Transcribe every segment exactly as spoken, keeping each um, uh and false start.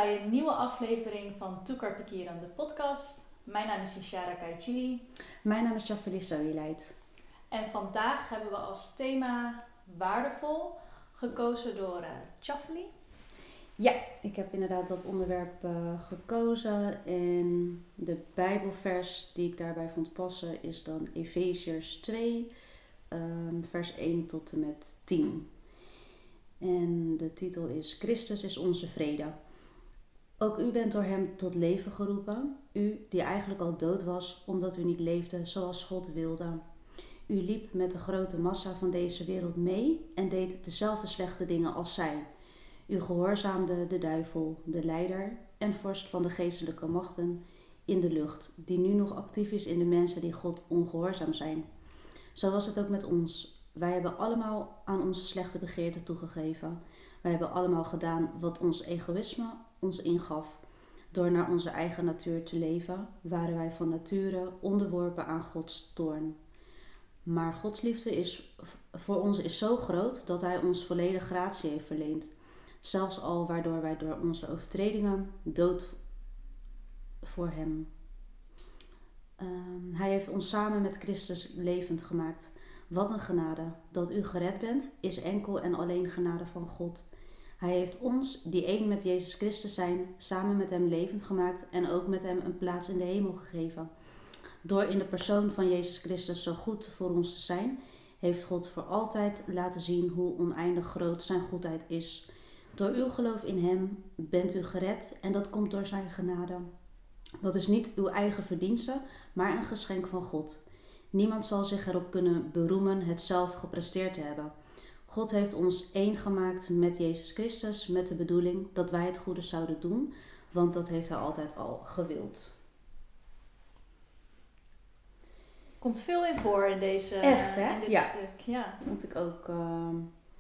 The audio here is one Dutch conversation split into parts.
bij een nieuwe aflevering van Tukar Pikiran, de podcast. Mijn naam is Ishara Kaichili. Mijn naam is Chafeli Soileit. En vandaag hebben we als thema waardevol gekozen door uh, Chafeli. Ja, ik heb inderdaad dat onderwerp uh, gekozen. En de Bijbelvers die ik daarbij vond passen is dan Efeziërs twee, um, vers één tot en met tien. En de titel is Christus is onze vrede. Ook u bent door hem tot leven geroepen, u die eigenlijk al dood was omdat u niet leefde zoals God wilde. U liep met de grote massa van deze wereld mee en deed dezelfde slechte dingen als zij. U gehoorzaamde de duivel, de leider en vorst van de geestelijke machten in de lucht, die nu nog actief is in de mensen die God ongehoorzaam zijn. Zo was het ook met ons. Wij hebben allemaal aan onze slechte begeerten toegegeven. Wij hebben allemaal gedaan wat ons egoïsme ons ingaf. Door naar onze eigen natuur te leven, waren wij van nature onderworpen aan Gods toorn. Maar Gods liefde is, voor ons is zo groot dat Hij ons volledig gratie heeft verleend. Zelfs al waardoor wij door onze overtredingen dood voor Hem. Um, hij heeft ons samen met Christus levend gemaakt. Wat een genade. Dat u gered bent, is enkel en alleen genade van God. Hij heeft ons, die één met Jezus Christus zijn, samen met Hem levend gemaakt en ook met Hem een plaats in de hemel gegeven. Door in de persoon van Jezus Christus zo goed voor ons te zijn, heeft God voor altijd laten zien hoe oneindig groot zijn goedheid is. Door uw geloof in Hem bent u gered en dat komt door zijn genade. Dat is niet uw eigen verdienste, maar een geschenk van God. Niemand zal zich erop kunnen beroemen het zelf gepresteerd te hebben. God heeft ons één gemaakt met Jezus Christus met de bedoeling dat wij het goede zouden doen, want dat heeft Hij altijd al gewild. Komt veel in voor in, deze, Echt, hè? in dit Ja. stuk. Ja, vond ik ook. Uh,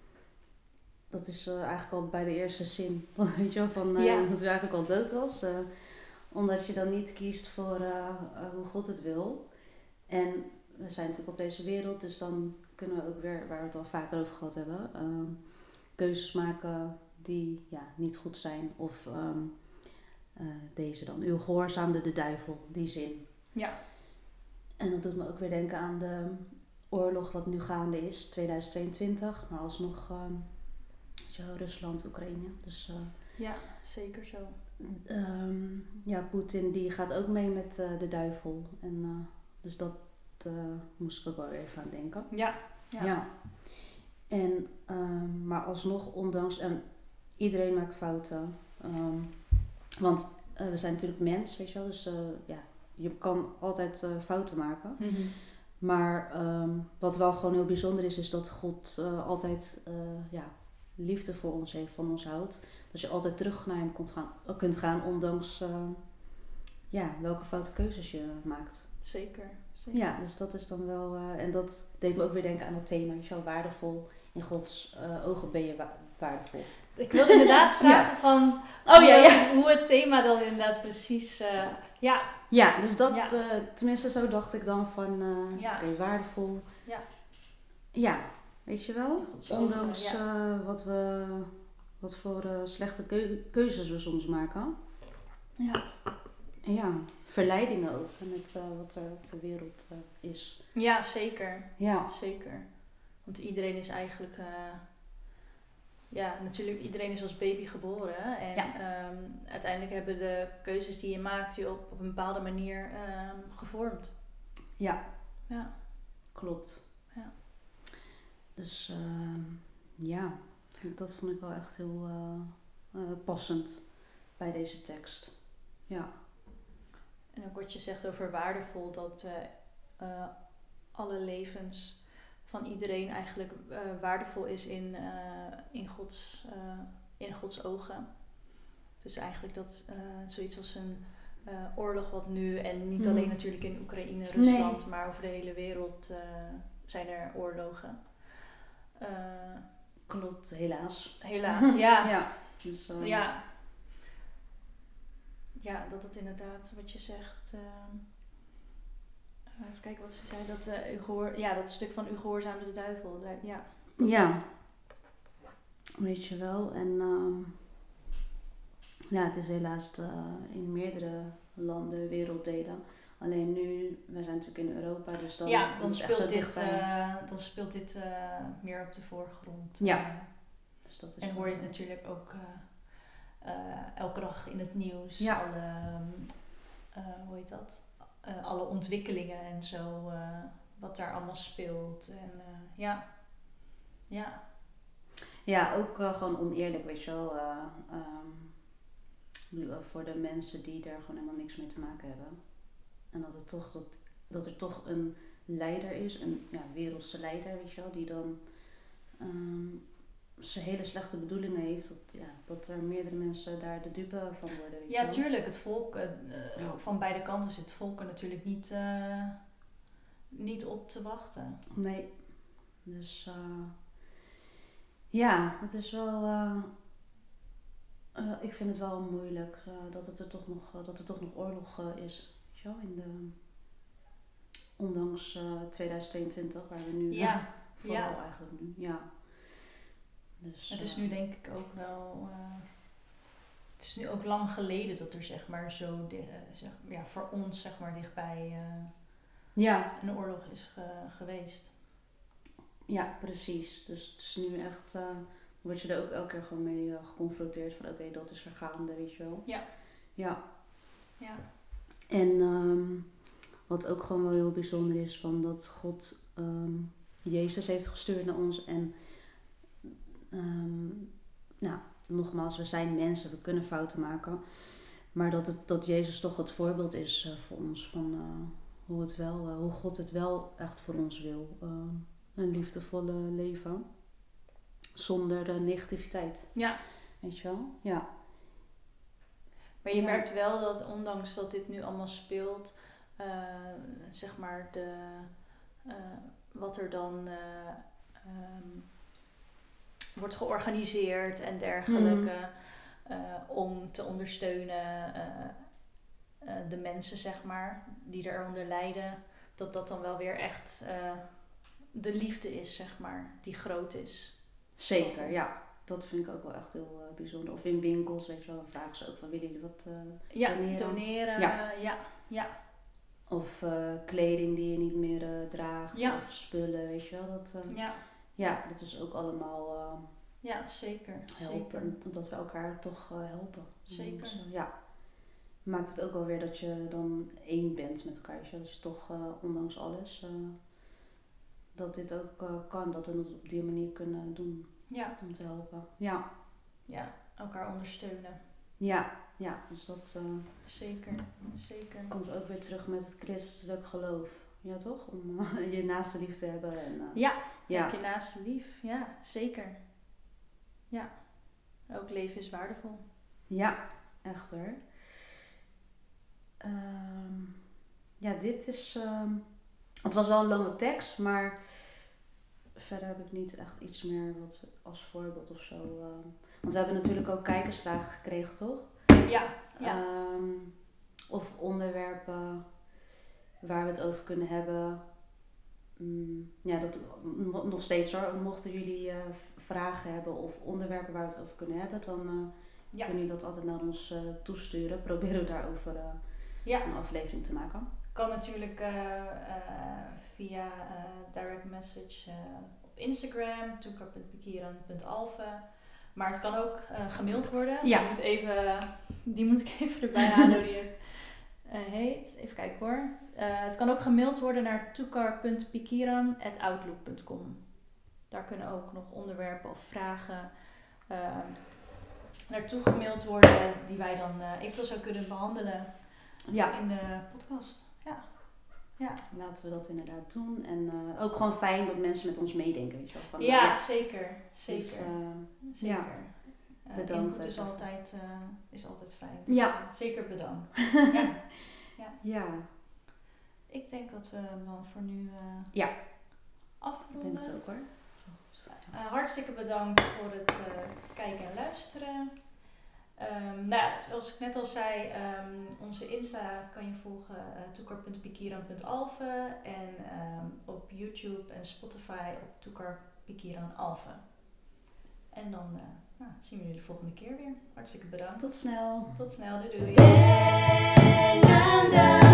dat is uh, eigenlijk al bij de eerste zin. Weet je wel, van uh, Ja. dat u eigenlijk al dood was. Uh, omdat je dan niet kiest voor uh, uh, hoe God het wil. En we zijn natuurlijk op deze wereld, dus dan kunnen we ook weer, waar we het al vaker over gehad hebben, uh, keuzes maken die ja, niet goed zijn. Of um, uh, deze dan. U gehoorzaamde de duivel, die zin. Ja. En dat doet me ook weer denken aan de oorlog wat nu gaande is, tweeduizend tweeëntwintig. Maar alsnog uh, Rusland, Oekraïne. Dus, uh, ja, zeker zo. Um, ja, Poetin die gaat ook mee met uh, de duivel. En, uh, dus dat uh, moest ik ook wel weer even aan denken. Ja. Ja. ja. En, um, maar alsnog, ondanks, en iedereen maakt fouten. Um, want uh, we zijn natuurlijk mens, weet je wel. Dus uh, ja, je kan altijd uh, fouten maken. Mm-hmm. Maar um, wat wel gewoon heel bijzonder is, is dat God uh, altijd uh, ja, liefde voor ons heeft, van ons houdt. Dat je altijd terug naar Hem kunt gaan, kunt gaan ondanks uh, ja, welke foute keuzes je maakt. Zeker. Zeker. Ja, dus dat is dan wel... Uh, en dat deed me ook weer denken aan het thema. Je bent waardevol. In Gods uh, ogen ben je wa- waardevol. Ik wilde inderdaad vragen ja. van oh, hoe, ja, ja. hoe het thema dan inderdaad precies... Uh, ja. ja, dus dat... Ja. Uh, tenminste, zo dacht ik dan van... Uh, ja. Oké, okay, waardevol. Ja. Ja, weet je wel? Ondanks ja. uh, wat we... Wat voor uh, slechte keu- keuzes we soms maken. Ja. En ja, verleidingen ook. Met uh, wat er op de wereld uh, is. Ja, zeker. Ja. Zeker. Want iedereen is eigenlijk... Uh, ja, natuurlijk, iedereen is als baby geboren. En ja. um, uiteindelijk hebben de keuzes die je maakt je op, op een bepaalde manier um, gevormd. Ja. Ja. Klopt. Ja. Dus uh, ja... Dat vond ik wel echt heel uh, uh, passend bij deze tekst. Ja. En ook wat je zegt over waardevol, dat uh, uh, alle levens van iedereen eigenlijk uh, waardevol is in, uh, in, Gods, uh, in Gods ogen. Dus eigenlijk dat uh, zoiets als een uh, oorlog wat nu, en niet hmm. alleen natuurlijk in Oekraïne, Rusland, nee. maar over de hele wereld uh, zijn er oorlogen. Uh, Klopt, helaas. Helaas, ja. ja. Dus, uh... ja. Ja, dat het inderdaad, wat je zegt... Uh, even kijken wat ze zei. Dat, uh, u gehoor, ja, dat stuk van u gehoorzaamde de duivel. Ja. Ja. Dat. Weet je wel. En uh, ja, het is helaas uh, in meerdere landen, werelddelen. Alleen nu, wij zijn natuurlijk in Europa, dus dan, ja, dan, is het speelt, echt dit, zo dichtbij. uh, dan speelt dit uh, meer op de voorgrond. Ja. Uh, dus dat is en hoor je het natuurlijk ook uh, uh, elke dag in het nieuws. Ja. Alle, uh, hoe heet dat? Uh, alle ontwikkelingen en zo, uh, wat daar allemaal speelt. En uh, ja, ja. Ja, ook uh, gewoon oneerlijk, weet je wel. Uh, um, voor de mensen die daar gewoon helemaal niks mee te maken hebben. En dat, het toch, dat, dat er toch een leider is, een ja, wereldse leider, weet je wel, die dan um, zijn hele slechte bedoelingen heeft. Dat, ja, dat er meerdere mensen daar de dupe van worden, weet ja, je wel. tuurlijk. Het volk, uh, ja. van beide kanten zit het volk er natuurlijk niet, uh, niet op te wachten. Nee. Dus uh, ja, het is wel... Uh, uh, ik vind het wel moeilijk uh, dat, het er toch nog, uh, dat er toch nog oorlog uh, is. Weet je wel, in de... Ondanks uh, tweeduizend tweeëntwintig, waar we nu ja. uh, vooral ja. eigenlijk nu, ja. Dus, het is uh, nu denk ik ook wel, uh, het is nu ook lang geleden dat er zeg maar zo, di- uh, zeg, ja, voor ons zeg maar dichtbij uh, ja. een oorlog is ge- geweest. Ja, precies. Dus het is nu echt, uh, word je er ook elke keer gewoon mee uh, geconfronteerd van oké, okay, dat is er gaande, weet je wel. Ja. Ja. Ja. En um, wat ook gewoon wel heel bijzonder is, van dat God um, Jezus heeft gestuurd naar ons. En um, nou, nogmaals, we zijn mensen, we kunnen fouten maken. Maar dat, het, dat Jezus toch het voorbeeld is uh, voor ons van uh, hoe, het wel, uh, hoe God het wel echt voor ons wil. Uh, een liefdevolle leven. Zonder uh, negativiteit. Ja. Weet je wel? Ja. Maar je ja. merkt wel dat ondanks dat dit nu allemaal speelt, uh, zeg maar de, uh, wat er dan uh, um, wordt georganiseerd en dergelijke, mm. uh, om te ondersteunen uh, uh, de mensen zeg maar die eronder lijden, dat dat dan wel weer echt uh, de liefde is zeg maar die groot is. Zeker, ja. Dat vind ik ook wel echt heel uh, bijzonder. Of in winkels, weet je wel, dan vragen ze ook van, willen jullie wat uh, ja, doneren? doneren? Ja, uh, ja, ja. Of uh, kleding die je niet meer uh, draagt, ja. of spullen, weet je wel. Dat, uh, ja. ja, dat is ook allemaal uh, ja, zeker. helpen. Zeker. Dat we elkaar toch uh, helpen. Zeker. Dus, uh, ja. Maakt het ook wel weer dat je dan één bent met elkaar. Weet je? Dat je toch, uh, ondanks alles, uh, dat dit ook uh, kan. Dat we het op die manier kunnen doen. Ja. Om te helpen. Ja. Ja, elkaar ondersteunen. Ja, ja. Dus dat... Uh, zeker, zeker. Komt ook weer terug met het christelijk geloof. Ja, toch? Om uh, je naaste lief te hebben. En, uh, ja, ja, heb je naaste lief. Ja, zeker. Ja. Ook leven is waardevol. Ja, echt hoor. Um, ja, dit is... Um, het was wel een lange tekst, maar... Verder heb ik niet echt iets meer wat als voorbeeld of zo. Uh, want we hebben natuurlijk ook kijkersvragen gekregen, toch? Ja. ja. Um, of onderwerpen waar we het over kunnen hebben. Um, ja, dat nog steeds hoor. Mochten jullie uh, vragen hebben of onderwerpen waar we het over kunnen hebben, dan uh, ja. kunnen jullie dat altijd naar ons uh, toesturen. Proberen we daarover uh, ja. een aflevering te maken. Kan natuurlijk uh, uh, via uh, direct message uh, op Instagram, toekar punt pikiran punt alve. Maar het kan ook uh, gemaild worden. Ja. Die moet, even, die moet ik even erbij halen hoe die uh, heet. Even kijken hoor. Uh, het kan ook gemaild worden naar toekar punt pikiran at outlook punt com. Daar kunnen ook nog onderwerpen of vragen uh, naartoe gemaild worden die wij dan uh, eventueel zou kunnen behandelen ja. in de podcast. Ja. Ja. Laten we dat inderdaad doen. En uh, ook gewoon fijn dat mensen met ons meedenken. Weet je wel, van, ja, ja, zeker. Zeker. Dus, uh, zeker. Ja. Uh, bedankt. Input is altijd, uh, is altijd fijn. Dus, ja. Uh, zeker bedankt. ja. Ja. ja. Ik denk dat we hem dan voor nu uh, ja. afronden. Ik denk het ook hoor. Uh, hartstikke bedankt voor het uh, kijken en luisteren. Um, nou ja, zoals ik net al zei, um, onze Insta kan je volgen uh, toekar punt pikiran punt alve en um, op YouTube en Spotify op toekar pikiran alve. En dan uh, nou, zien we jullie de volgende keer weer. Hartstikke bedankt. Tot snel. Tot snel. Doei doei.